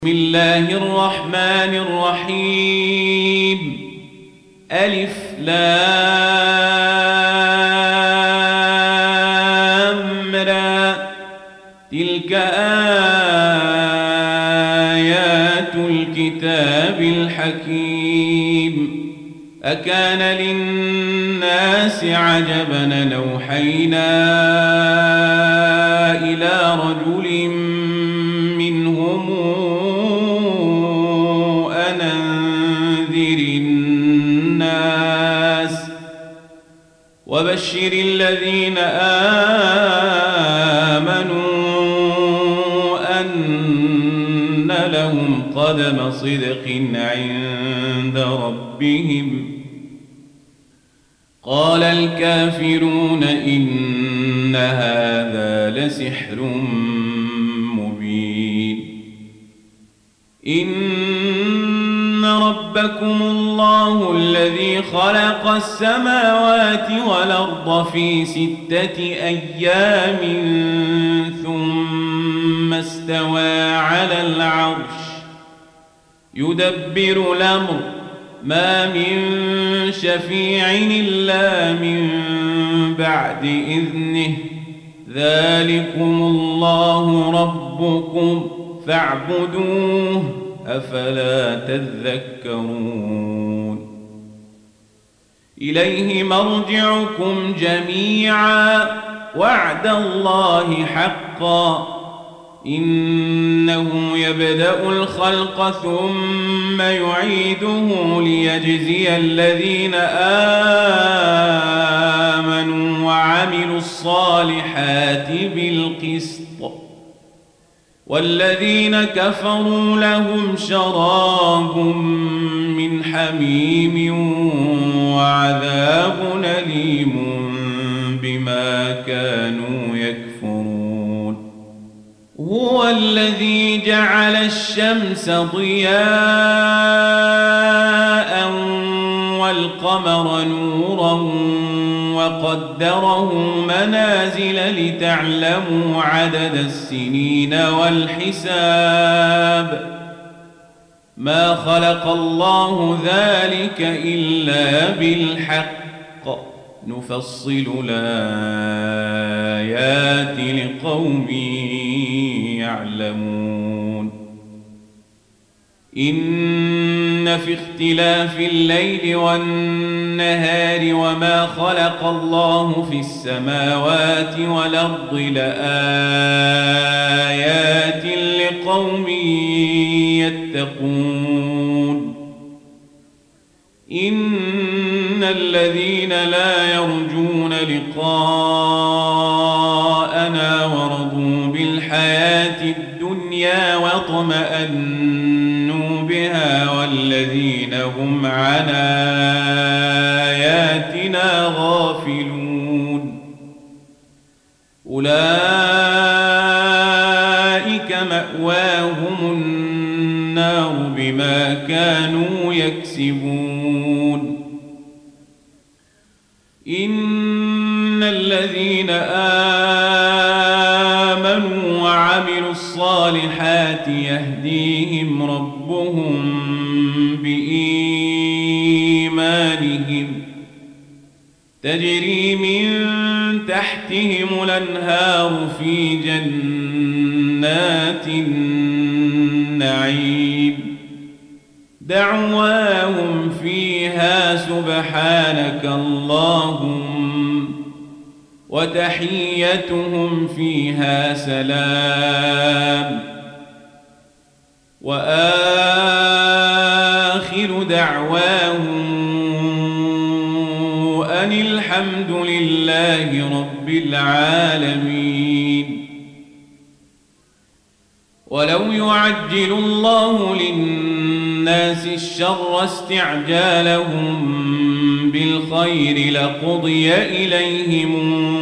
بسم الله الرحمن الرحيم. ألف لام را. تلك آيات الكتاب الحكيم. أكان للناس عجبا أوحينا إلى رجل منهم أن أنذر الناس وبشر الذين آمنوا أن لهم قدم صدق عند ربهم. قال الكافرون إن هذا لسحر مبين. إن ربكم الله الذي خلق السماوات والأرض في 6 أيام ثم استوى على العرش يدبر الأمر ما من شفيع إلا من بعد إذنه. ذلكم الله ربكم فاعبدوه أفلا تذكرون. إليه مرجعكم جميعا وعد الله حقا. إنه يبدأ الخلق ثم يعيده ليجزي الذين آمنوا وعملوا الصالحات بالقسط والذين كفروا لهم شراب من حميم وعذاب أليم بما كانوا يكفرون. هو الذي جعل الشمس ضياء والقمر نورا وقدره منازل لتعلموا عدد السنين والحساب. ما خلق الله ذلك إلا بالحق نفصل الآيات لقوم يعلمون. إن في اختلاف الليل والنهار وما خلق الله في السماوات والأرض لآيات لقوم يتقون. إن الذين لا يرجون لقاءنا ورضوا بالحياة الدنيا واطمأنوا بها والذين هم عن آياتنا غافلون أولئك مأواهم النار بما كانوا يكسبون. إن الذين آمنوا وعملوا الصالحات يهديهم ربهم بإيمانهم تجري من تحتهم الأنهار في جنات النعيم. دعواهم فيها سبحانك اللهم وتحيتهم فيها سلام. وآخر دعواهم أن الحمد لله رب العالمين. ولو يعجل الله للناس الشر استعجالهم بالخير لقضي إليهم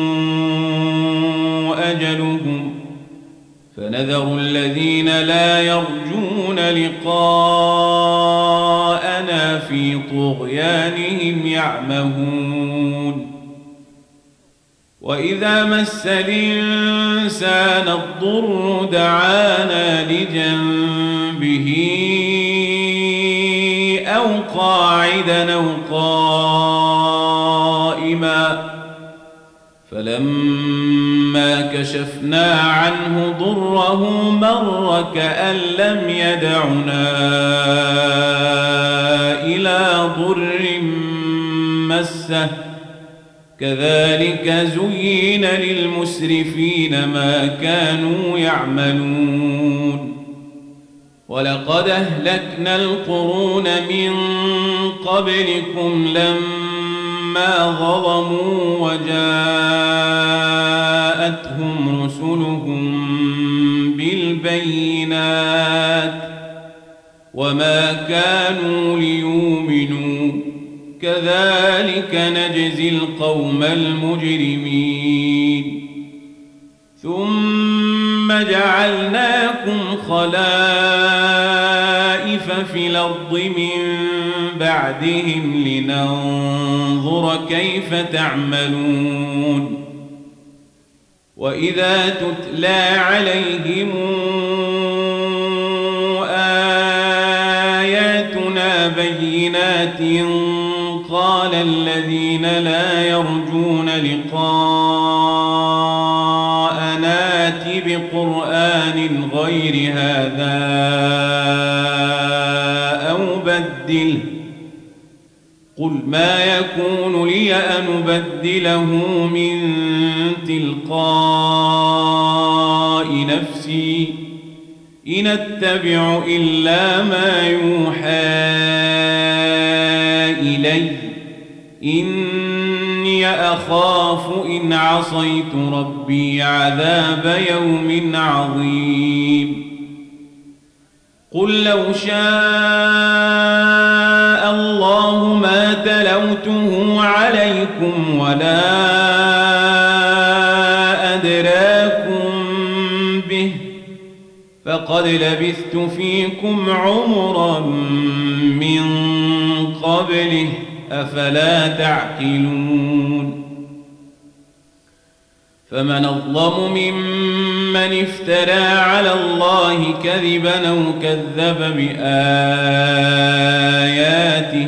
أجلهم فنذر الذين لا يرجون لقاءنا في طغيانهم يعمهون. وإذا مس الإنسان الضر دعانا لجنبه أو قاعدا أو قائما فلما كشفنا عنه ضره مر كأن لم يدعنا إلى ضر مسه كذلك زين للمسرفين ما كانوا يعملون ولقد أهلكنا القرون من قبلكم لما ظلموا وجاءتهم رسلهم بالبينات وما كانوا ليؤمنوا كذلك نجزي القوم المجرمين ثم جعلناكم خلائف في الأرض من بعدهم لننظر كيف تعملون وإذا تتلى عليهم آياتنا بينات قال الذين لا يرجون لقاءنا ائت بقرآن غير هذا أو بدله قل ما يكون لي أن أبدله من تلقاء نفسي إن أتبع إلا ما يوحى إلي إني أخاف إن عصيت ربي عذاب يوم عظيم قل لو شاء الله ما تلوته عليكم ولا أدراكم به فقد لبثت فيكم عمرا من قبله أفلا تعقلون فمن أظلم ممن افترى على الله كذبا أو كذب بآياته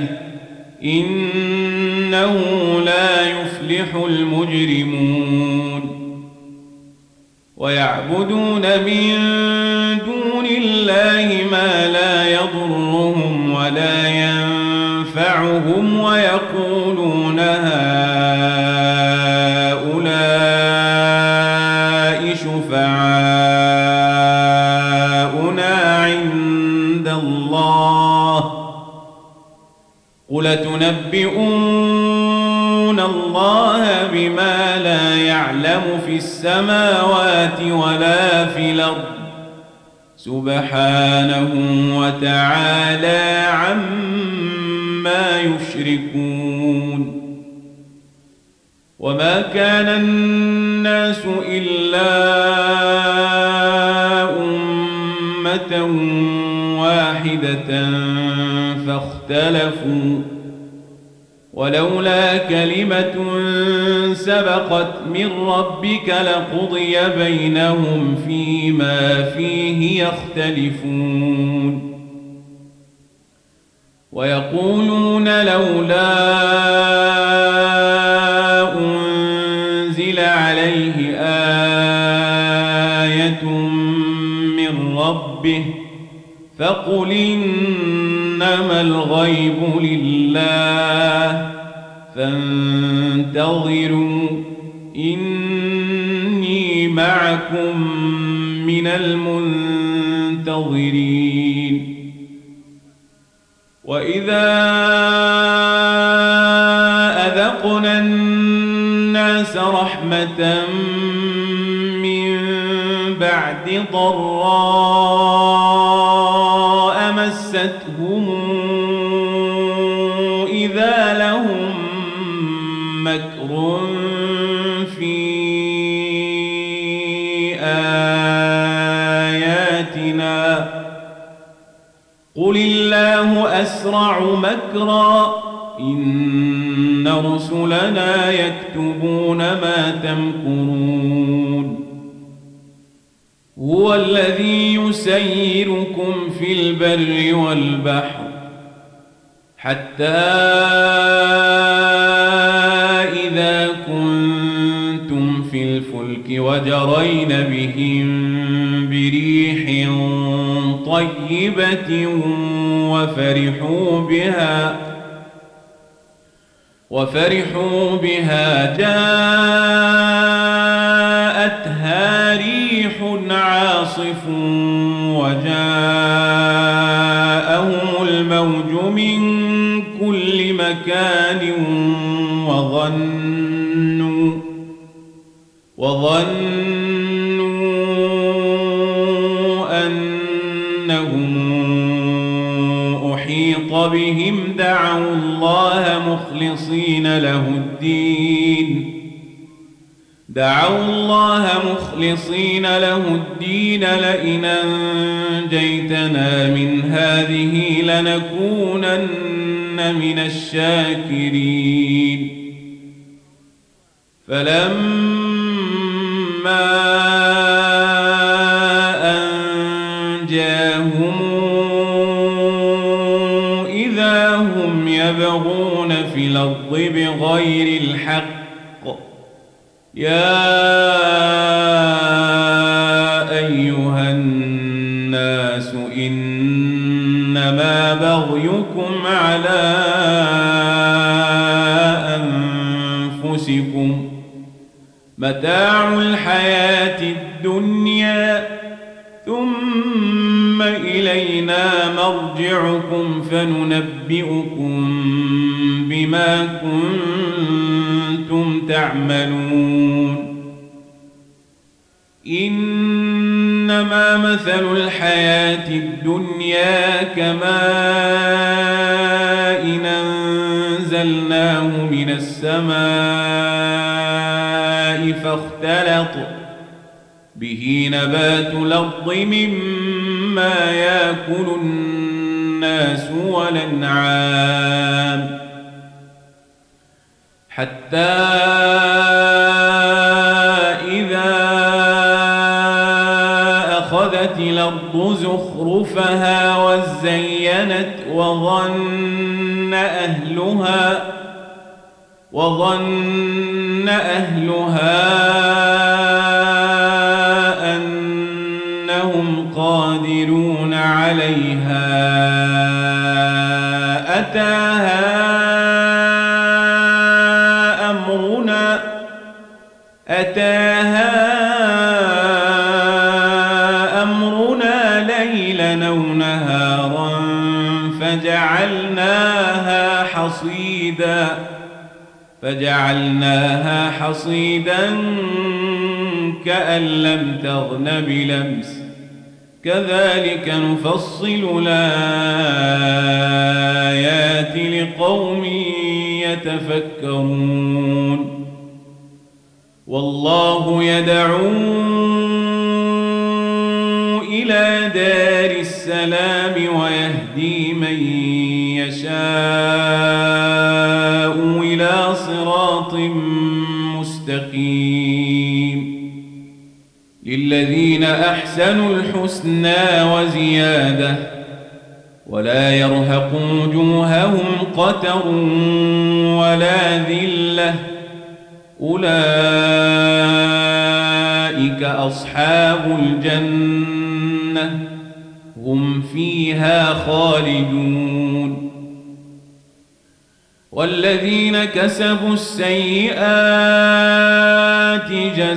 إنه لا يفلح المجرمون ويعبدون من دون الله ما لا يضرهم ولا ينفعهم ويقولون هؤلاء شفعاؤنا عند الله قل تنبئون الله بما لا يعلم في السماوات ولا في الأرض سبحانه وتعالى عما يشركون وما كان الناس إلا أمة واحدة فاختلفوا ولولا كلمة سبقت من ربك لقضي بينهم فيما فيه يختلفون ويقولون لولا أنزل عليه آية من ربه فقل إنما الغيب لله فانتظروا إني معكم من المنتظرين وإذا أذقنا الناس رحمة من بعد ضراء مستهم إذا لهم مكر في آياتنا قل الله أسرع مكرا إن رسلنا يكتبون ما تمكرون هو الذي يسيركم في البر والبحر حتى إذا كنتم في الفلك وجرين بهم بريح طيبة وفرحوا بها جاءتها ريح عاصف وجاءهم الموج من كل مكان وظنوا أنهم أحيط بهم دعوا الله مخلصين له الدين لئن أنجيتنا من هذه لنكونن من الشاكرين فلما أنجاهم إذا هم يبغون في الأرض بغير الحق يا أيها الناس إنما بغيكم على أنفسكم متاع الحياة الدنيا ثم إلينا مرجعكم فننبئكم بما كنتم تعملون إنما مثل الحياة الدنيا كماء أنزلناه من السماء فاختلط به نبات الأرض مما يأكل الناس والأنعام حتى إذا أخذت الأرض زخرفها وزينت وظن أهلها أنهم قادرون عليها أتاها أمرنا ليلا أو نهارا فجعلناها حصيدا كأن لم تغن بلمس كذلك نفصل الآيات لقوم يتفكرون والله يدعو إلى دار السلام ويهدي من يشاء إلى صراط مستقيم للذين أحسنوا الحسنى وزيادة ولا يرهق وجوههم قتر ولا ذلة أولئك أصحاب الجنة هم فيها خالدون والذين كسبوا السيئات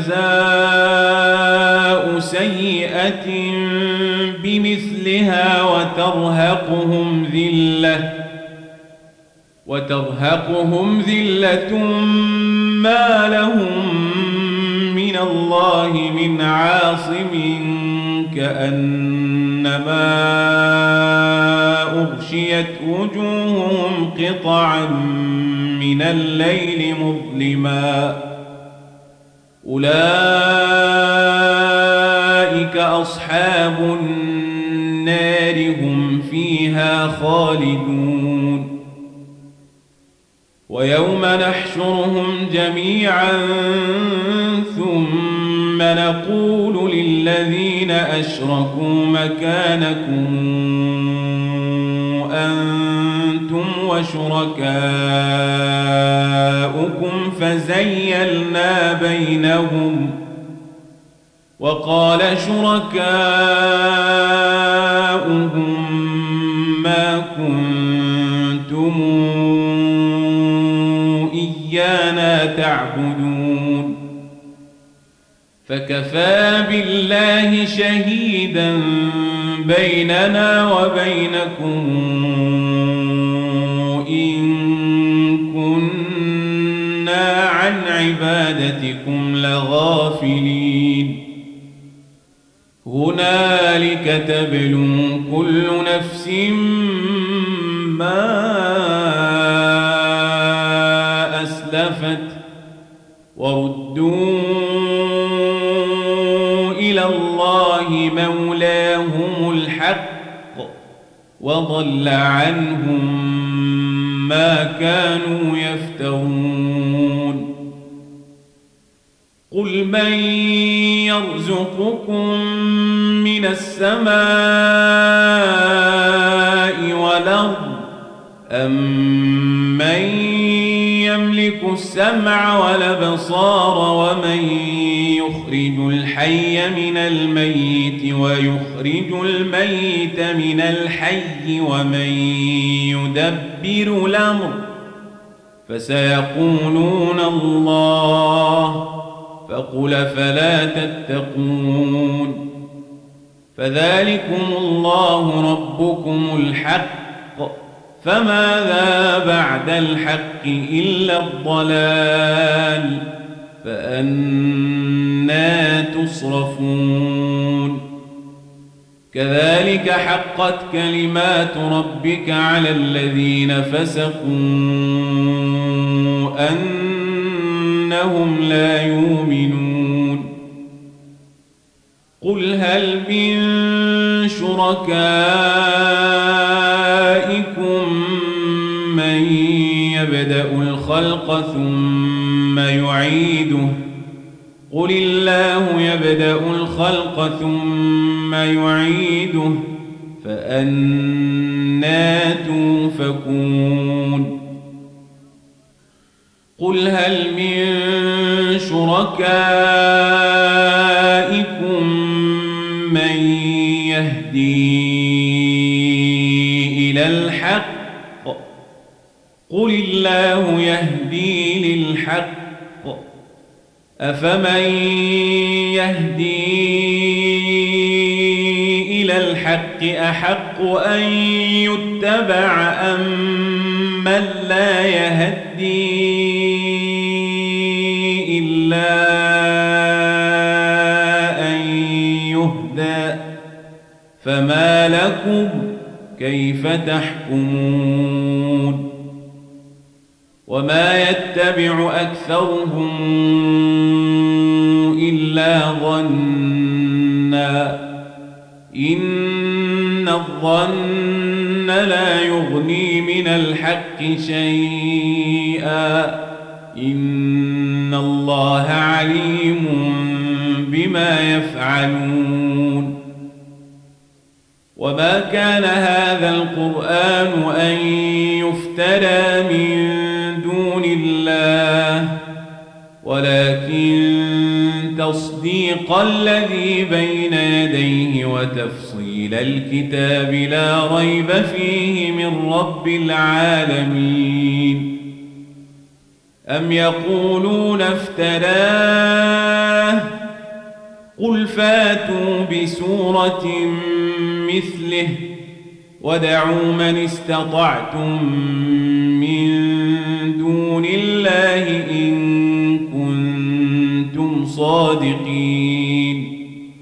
جزاء سيئة بمثلها وترهقهم ذلة ما لهم من الله من عاصم كأنما أغشيت وجوههم قطعا من الليل مظلما أولئك أصحاب النار هم فيها خالدون ويوم نحشرهم جميعا ثم نقول للذين أشركوا مكانكم أنتم وشركاؤكم فزيلنا بينهم وقال شركاؤهم ما كنتم إيانا تعبدون فكفى بالله شهيدا بيننا وبينكم إن كنا عن عبادتكم لغافلين هنالك تبلو كل نفس ما أسلفت وردوا إلى الله مولاهم الحق وضل عنهم ما كانوا يفترون قل من يرزقكم من السماء والأرض أمن يملك السمع والأبصار ومن يخرج الحي من الميت ويخرج الميت من الحي ومن يدبر الأمر فسيقولون الله فقل فلا تتقون فذلكم الله ربكم الحق فماذا بعد الحق إلا الضلال فأنى تصرفون كذلك حقت كلمات ربك على الذين فسقوا أنهم لا يؤمنون قل هل من شركائكم من يبدأ الخلق ثم يعيده قل الله يبدأ الخلق ثم يعيده فأنى توفكون قل هل من شركائكم من يهدي إلى الحق قل الله يهدي للحق أفمن يهدي إلى الحق أحق أن يتبع أم من لا يهدي إلا أن يهدى فما لكم كيف تحكمون وما يتبع أكثرهم إلا ظنا إن الظن لا يغني من الحق شيئا إن الله عليم بما يفعلون وما كان هذا القرآن أن يفترى من دون الله ولكن تصديق الذي بين يديه وتفصيل الكتاب لا ريب فيه من رب العالمين أم يقولون افتراه قل فاتوا بسورة مثله ودعوا من استطعتم من دون الله إن كنتم صادقين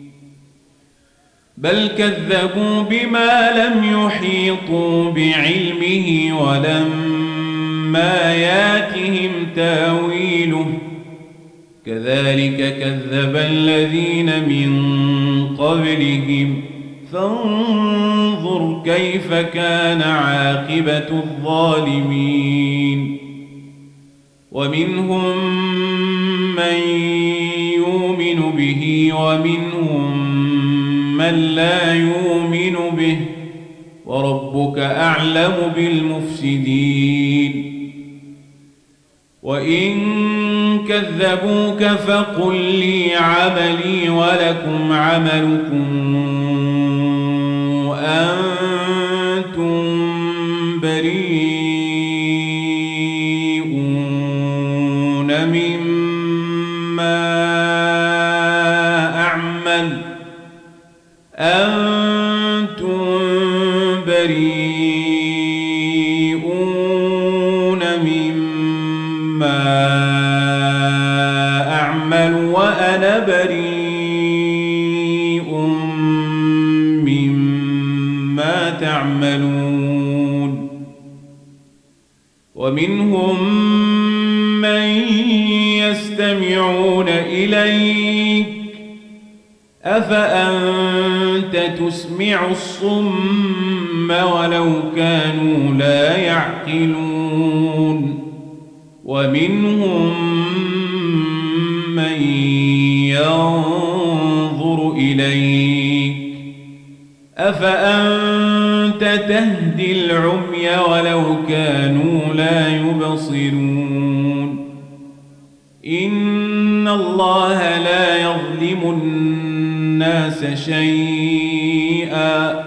بل كذبوا بما لم يحيطوا بعلمه ولما ياتهم تاويله كذلك كذب الذين من قبلهم فانظر كيف كان عاقبة الظالمين ومنهم من يؤمن به ومنهم من لا يؤمن به وربك أعلم بالمفسدين وإن كذبوك فقل لي عملي ولكم عملكم أنتم بريئون مما أعمل وأنا بريء مما تعملون ومنهم من يستمعون إليك أفأنت تسمع الصم ولو كانوا لا يعقلون ومنهم من ينظر إليك أفأنت تهدي العمي ولو كانوا لا يبصرون إن الله لا يظلم الناس شيئا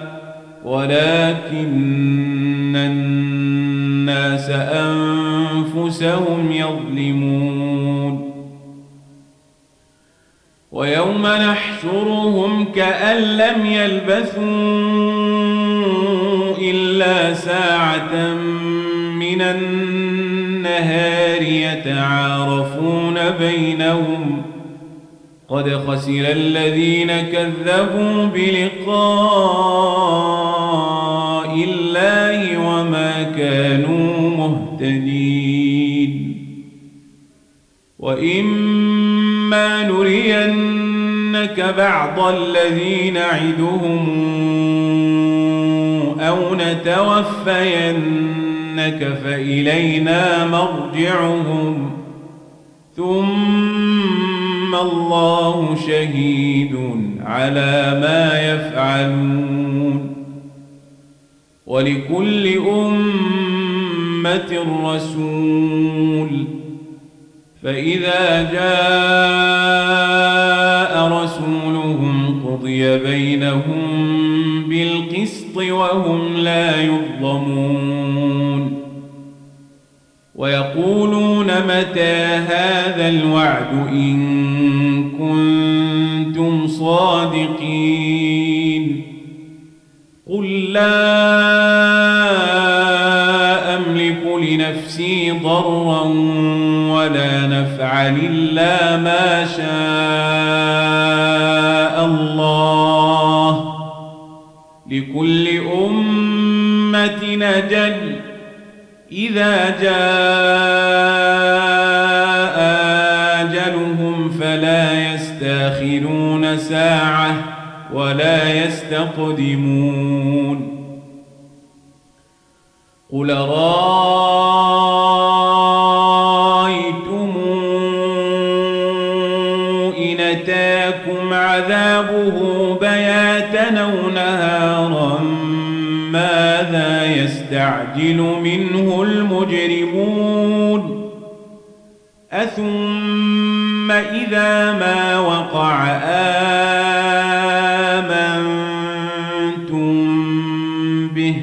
ولكن الناس أنفسهم يظلمون ويوم نحشرهم كأن لم يلبثوا إلا ساعة من النهار يتعارفون بينهم قد خسر الذين كذبوا بلقاء الله وما كانوا مهتدين وإما نرينك بعض الذي نعدهم أو نتوفينك فإلينا مرجعهم ثم الله شهيد على ما يفعلون ولكل أمة رسول فإذا جاء رسولهم قضي بينهم بالقسط وهم لا يظلمون ويقولون متى هذا الوعد إن كنتم صادقين قل لا أملك لنفسي ضرا ولا نفعا إلا ما شاء الله لكل أمة أجل إذا جاء أجلهم فلا يستأخرون ساعة ولا يستقدمون قل رأيتم إن أتاكم عذابه بياتا أو نهارا ماذا يستعجل منه المجرمون أثم إذا ما وقع آمنتم به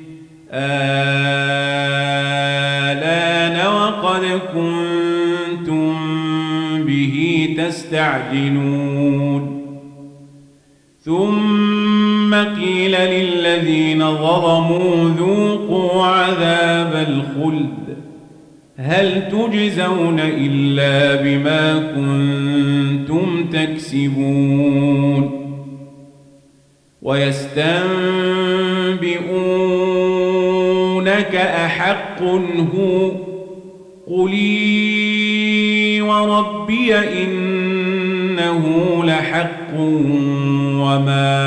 آلان وقد كنتم به تستعجلون ثم قيل للذين ظلموا ذوقوا عذاب الخلد هل تجزون إلا بما كنتم تكسبون ويستنبئونك أحق هو قل إي وربي إنه لحق وما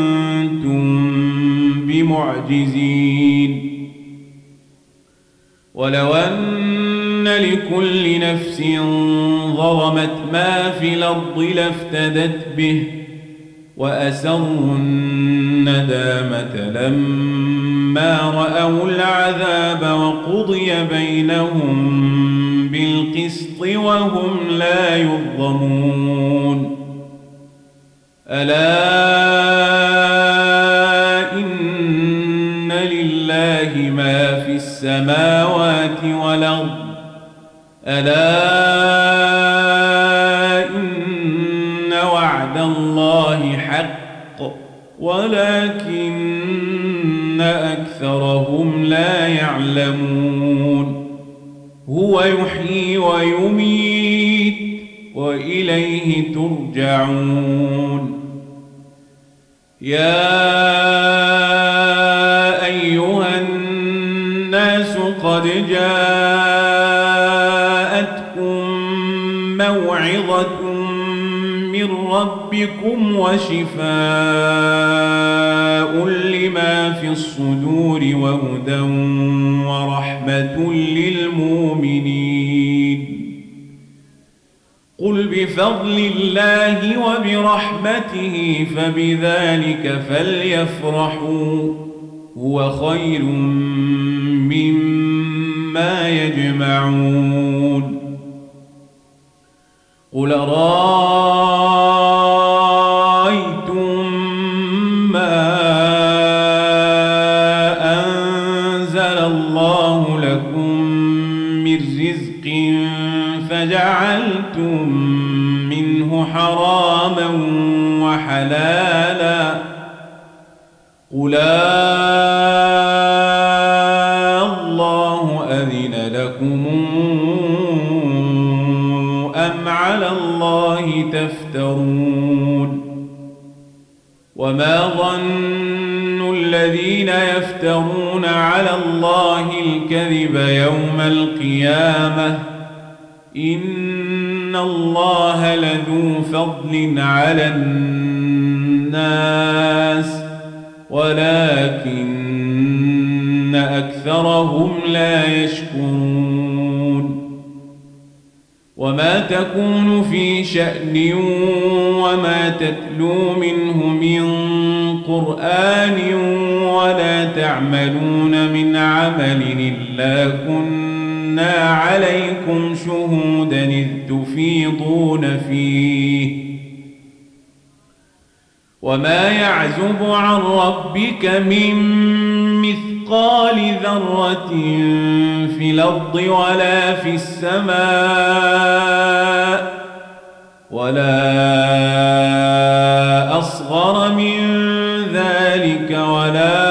أنتم بمعجزين ولو أن لكل نفس ظلمت ما في الأرض لافتدت به وأسروا الندامة لما رأوا العذاب وقضي بينهم بالقسط وهم لا يظلمون ألا إن لله ما في السماوات والأرض ألا إن وعد الله حق ولكن أكثرهم لا يعلمون هو يحيي ويميت وإليه ترجعون يا أيها الناس قد جاءتكم موعظة من ربكم وشفاء لما في الصدور وهدى ورحمة للمؤمنين قل بفضل الله وبرحمته فبذلك فليفرحوا هو خير مما يجمعون قل رأيتم ما أنزل الله لكم من رزق فجعلتم منه حراما وحلالا قل الله أذن لكم أم على الله تفترون وما ظن الذين يفترون على الله الكذب يوم القيامة إن الله لذو فضل على الناس ولكن أكثرهم لا يشكرون وما تكون في شأن وما تتلو منه من قرآن ولا تعملون من عمل إلا كنا عليكم شهودا إذ تفيضون فيه وما يعزب عن ربك من مثقال ذرة في الأرض ولا في السماء ولا أصغر من ذلك ولا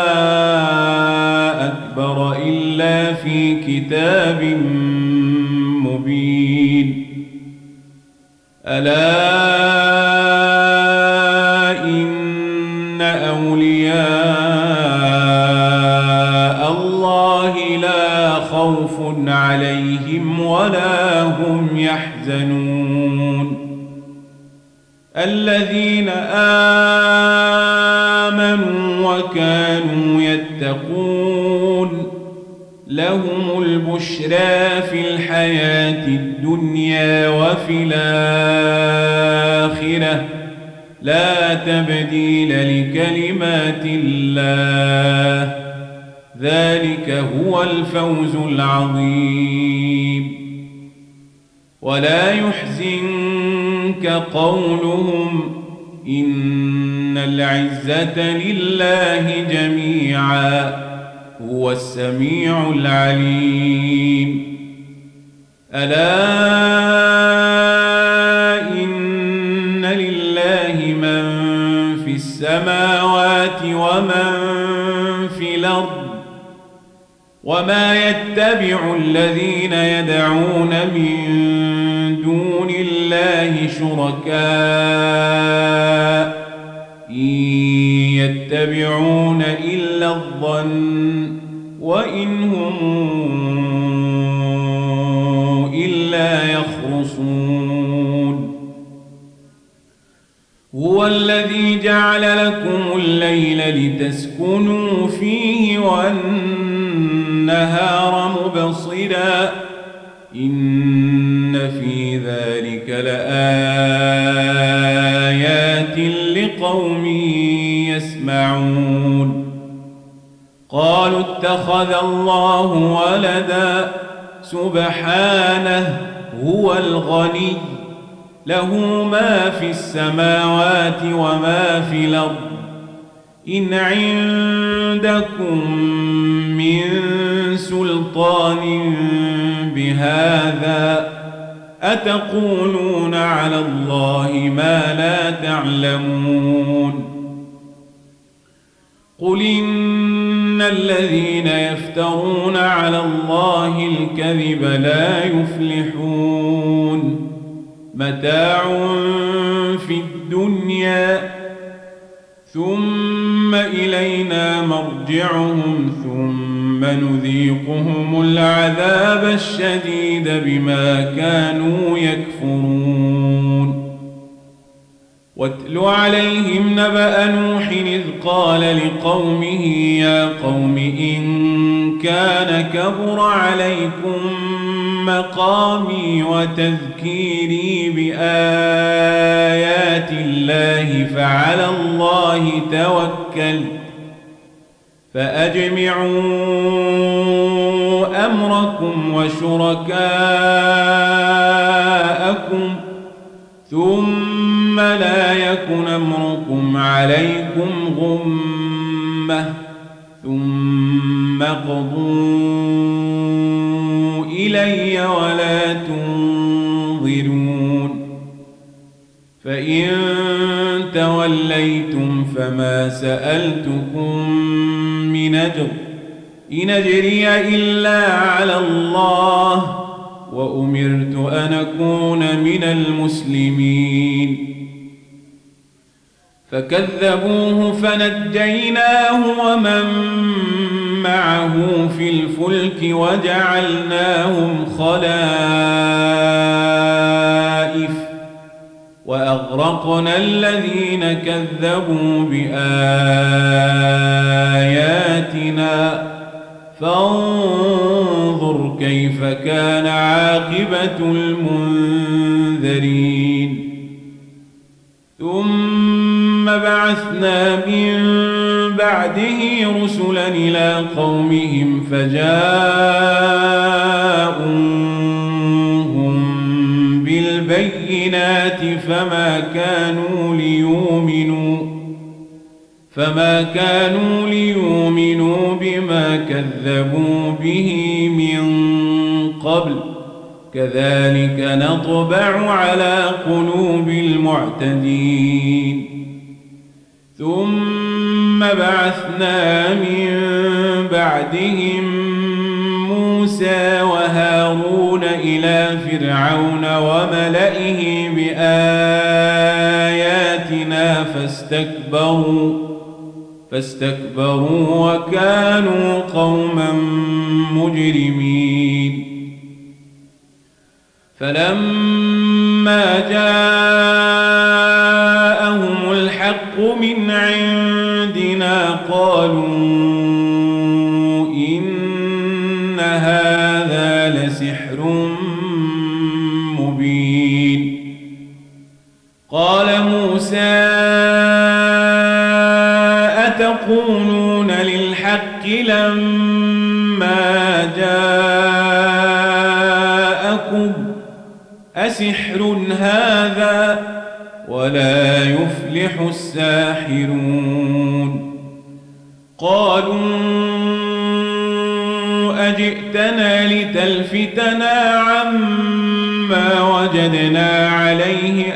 أكبر إلا في كتاب مبين ألا إن أولياء الله لا خوف عليهم ولا هم يحزنون الذين آمنوا وكانوا يتقون لهم البشرى في الحياة الدنيا وفي الآخرة لا تبديل لكلمات الله ذلك هو الفوز العظيم ولا يحزنك قولهم إن العزة لله جميعا هو السميع العليم ألا إن لله من في السماوات ومن في الأرض وما يتبع الذين يدعون من دون الله شركاء إن يتبعون إلا الظن وإن هم إلا يخرصون هو الذي جعل لكم الليل لتسكنوا فيه والنهار والنهار مبصرا إن في ذلك لآيات لقوم يسمعون قالوا اتخذ الله ولدا سبحانه هو الغني له ما في السماوات وما في الأرض إن عندكم من سلطان بهذا أتقولون على الله ما لا تعلمون قل إن الذين يفترون على الله الكذب لا يفلحون متاع في الدنيا ثم إلينا مرجعهم ثم نذيقهم العذاب الشديد بما كانوا يكفرون واتل عليهم نبأ نوح إذ قال لقومه يا قوم إن كان كبر عليكم مقامي وتذكيري بآيات الله فعلى الله توكلت فأجمعوا أمركم وشركاءكم ثم لا يكن أمركم عليكم غمة ثم اقضوا إلي ولا تنظرون فإن توليتم فما سألتكم من أجر إن أجري إلا على الله وأمرت أن أكون من المسلمين فكذبوه فنجيناه ومن معه في الفلك وجعلناهم خلائف وأغرقنا الذين كذبوا بآياتنا فانظر كيف كان عاقبة المنذرين ثم بعثنا من بعده رسلا إلى قومهم فجاءوهم بالبينات فما كانوا ليؤمنوا بما كذبوا به من قبل كذلك نطبع على قلوب المعتدين ثم بعثنا من بعدهم موسى وهارون إلى فرعون وملئه بآياتنا فاستكبروا وكانوا قوما مجرمين فلما جاءهم الحق من عندنا قالوا إن هذا لسحر مبين قال موسى أتقولون للحق لما جاءكم أسحر هذا ولا يفلح الساحرون قالوا أجئتنا لتلفتنا عما وجدنا عليه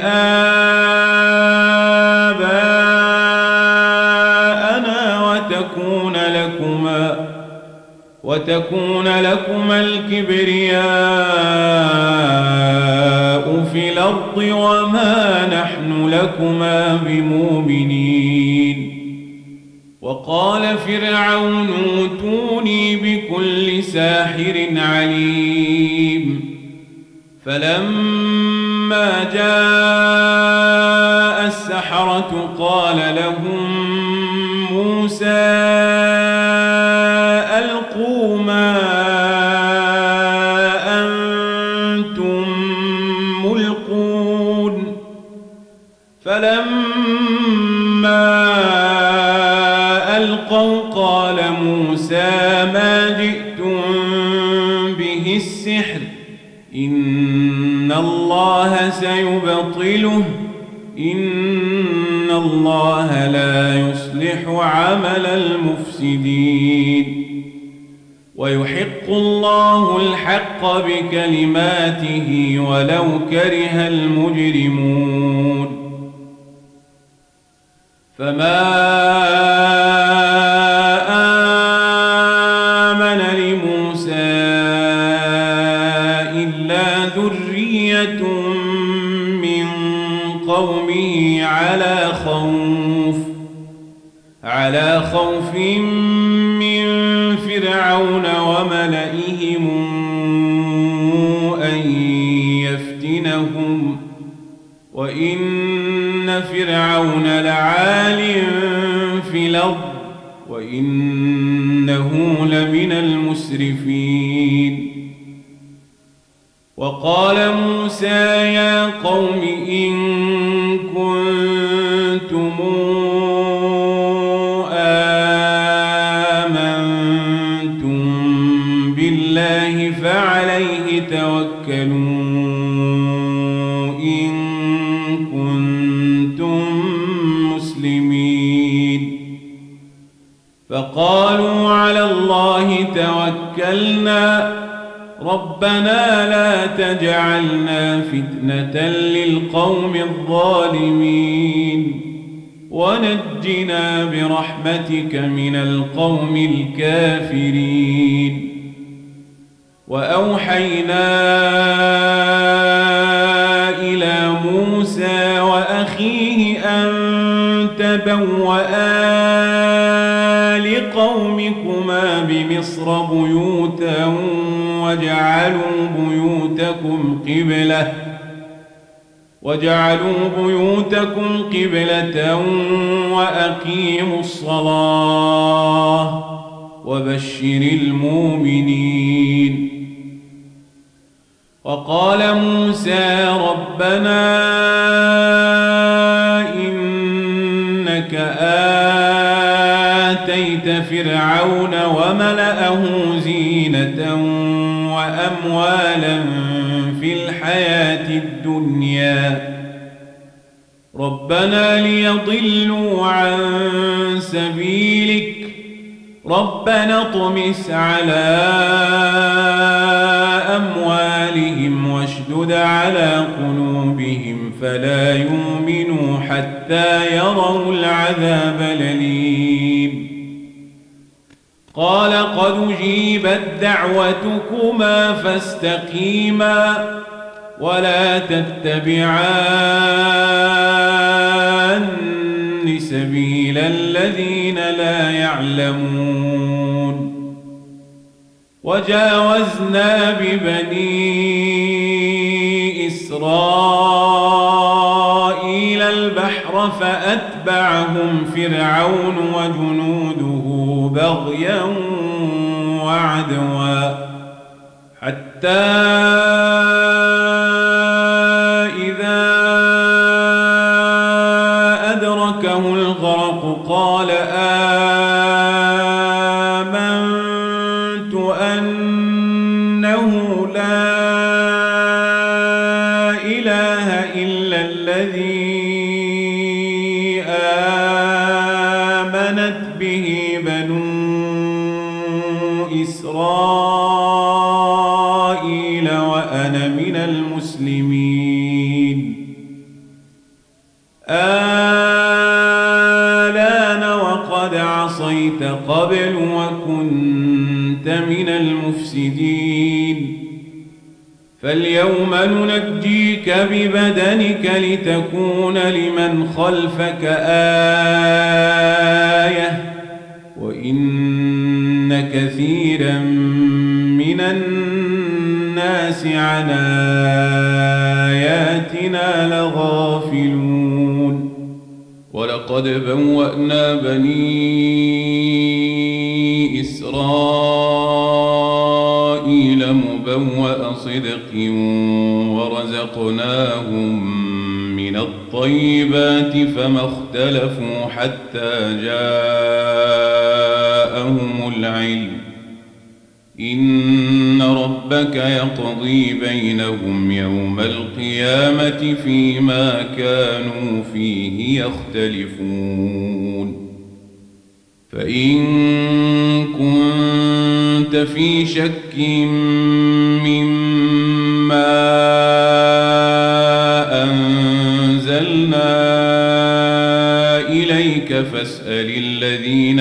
آباءنا وتكون لكما الكبرياء في الأرض وما نحن لكما بمؤمنين وقال فرعون ائتوني بكل ساحر عليم فلما جاء السحرة قال لهم موسى ألقوا ما ألقوا قال موسى ما جئتم به السحر إن الله سيبطله إن الله لا يصلح عمل المفسدين ويحق الله الحق بكلماته ولو كره المجرمون فما آمن لموسى إلا ذرية من قومه على خوف من فرعون وملئهم أن يفتنهم وإن فرعون لعال في الأرض وإنه لمن المسرفين وقال موسى يا قوم إن كنتم آمنتم بالله فعليه توكلوا إن كنتم مسلمين فقالوا على الله توكلنا ربنا لا تجعلنا فتنة للقوم الظالمين ونجنا برحمتك من القوم الكافرين وأوحينا إلى موسى وأخيه أن تبوأ لقومكما بمصر بيوتا وجعلوا بيوتكم قبلة وأقيموا الصلاة وبشر المؤمنين وقال موسى ربنا إنك آتيت فرعون وملأه زينة وأموالا في الحياة الدنيا ربنا ليضلوا عن سبيلك ربنا اطمس على أموالهم واشدد على قلوبهم فلا يؤمنوا حتى يروا العذاب الأليم قال قد أجيبت دعوتكما فاستقيما ولا تتبعان سبيل الذين لا يعلمون وجاوزنا ببني إسرائيل البحر فأتبعهم فرعون وجنوده بغيا وعدوا حتى إذا أدركه الغرق قال آمنت أنه لا إله إلا الذي آمنت به بنو إسرائيل وأنا من المسلمين آلان وقد عصيت قبل وكنت من المفسدين فاليوم ننجيك ببدنك لتكون لمن خلفك آية وإن كثيرا من الناس عن آياتنا لغافلون ولقد بوأنا بني إسرائيل مبوأ صدق ورزقناهم من الطيبات فما اختلفوا حتى جاءوا علم إن ربك يقضي بينهم يوم القيامة فيما كانوا فيه يختلفون فإن كنت في شك مما أنزلنا إليك فاسأل الذين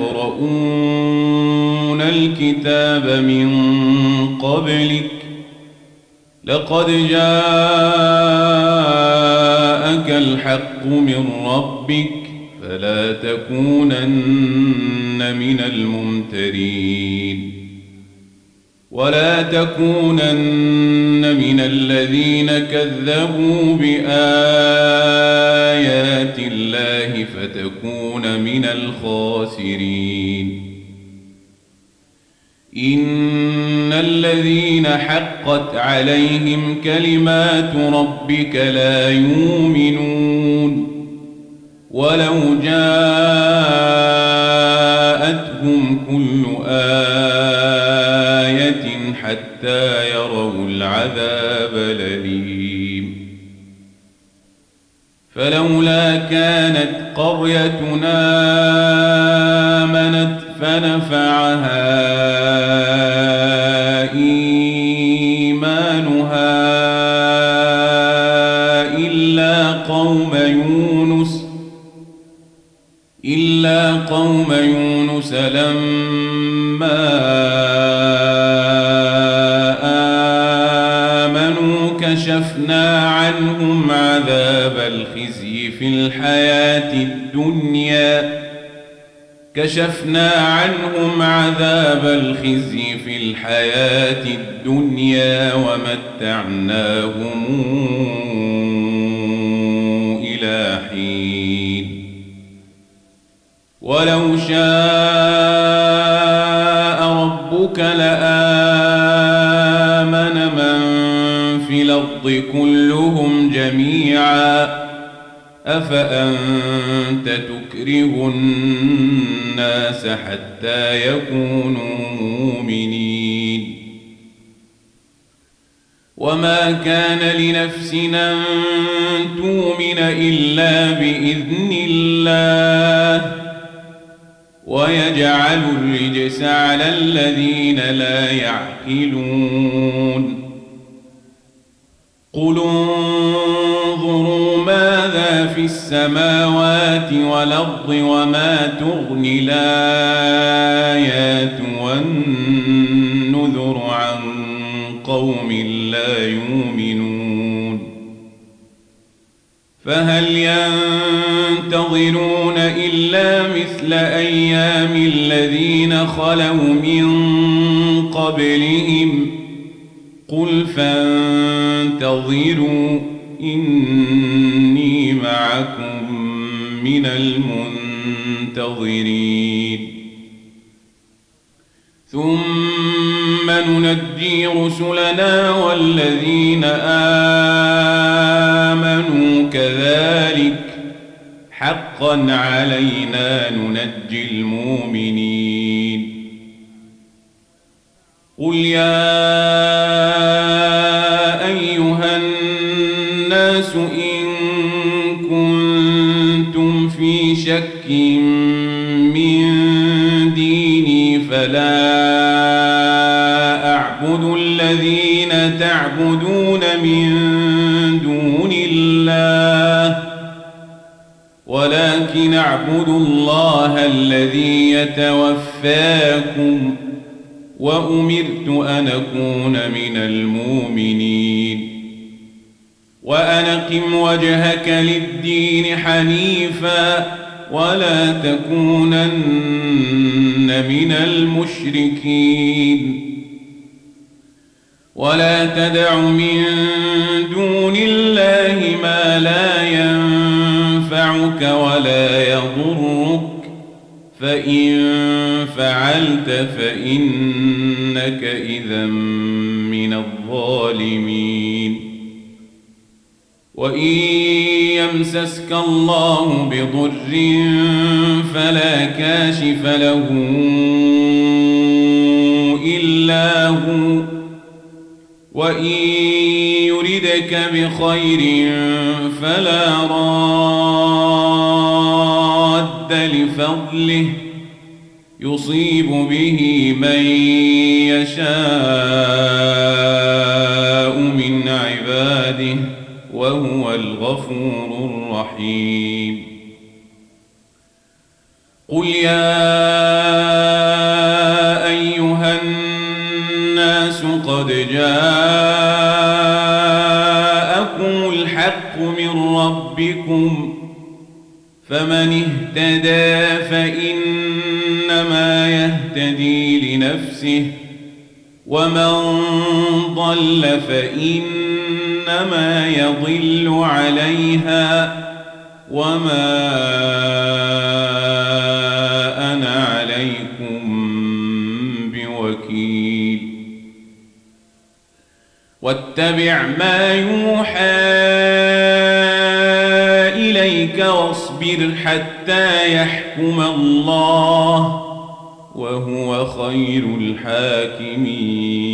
يقرؤون الكتاب من قبلك لقد جاءك الحق من ربك فلا تكونن من الممترين ولا تكونن من الذين كذبوا بآيات الله فتكون من الخاسرين إن الذين حقت عليهم كلمات ربك لا يؤمنون ولو جاءتهم كل آية حتى يروا العذاب الأليم فلولا كانت قريتنا آمنت فنفعها إيمانها إلا قوم يونس لما آمنوا كشفنا عنهم عذاب الخزي في الحياة الدنيا ومتعناهم إلى حين ولو شاء ربك لآمن من في الأرض كلهم جميعا أفأنت تكره الناس حتى يكونوا مؤمنين وما كان لنفس أن تؤمن إلا بإذن الله ويجعل الرجس على الذين لا يعقلون قل انظروا ماذا في السماوات والأرض وما تغني الآيات والنذر عن قوم لا يؤمنون فهل ينتظرون إلا مثل أيام الذين خلوا من قبلهم قل فانتظروا إني معكم من المنتظرين ثم ننجي رسلنا والذين آمنوا كذلك حقا علينا ننجي المؤمنين قل يا أيها الناس إن كنتم في شك من ديني فلا أعبد الذين تعبدون من دون الله ولكن أعبد الله الذي يتوفاكم وأمرت أن أكون من المؤمنين وأن أقم وجهك للدين حنيفا ولا تكونن من المشركين ولا تدع من دون الله ما لا ينفعك ولا يضرك فإن فعلت فإنك إذا من الظالمين وإن يمسسك الله بضر فلا كاشف له إلا هو وإن يردك بخير فلا راد لفضله يصيب به من يشاء من عباده وهو الغفور الرحيم قل يا أيها الناس قد جاءكم الحق من ربكم فمن اهتدى فإنما يهتدي لنفسه ومن ضل فإنما يضل عليها وما أنا عليكم بوكيل واتبع ما يوحى إليك واصبر حتى يحكم الله وهو خير الحاكمين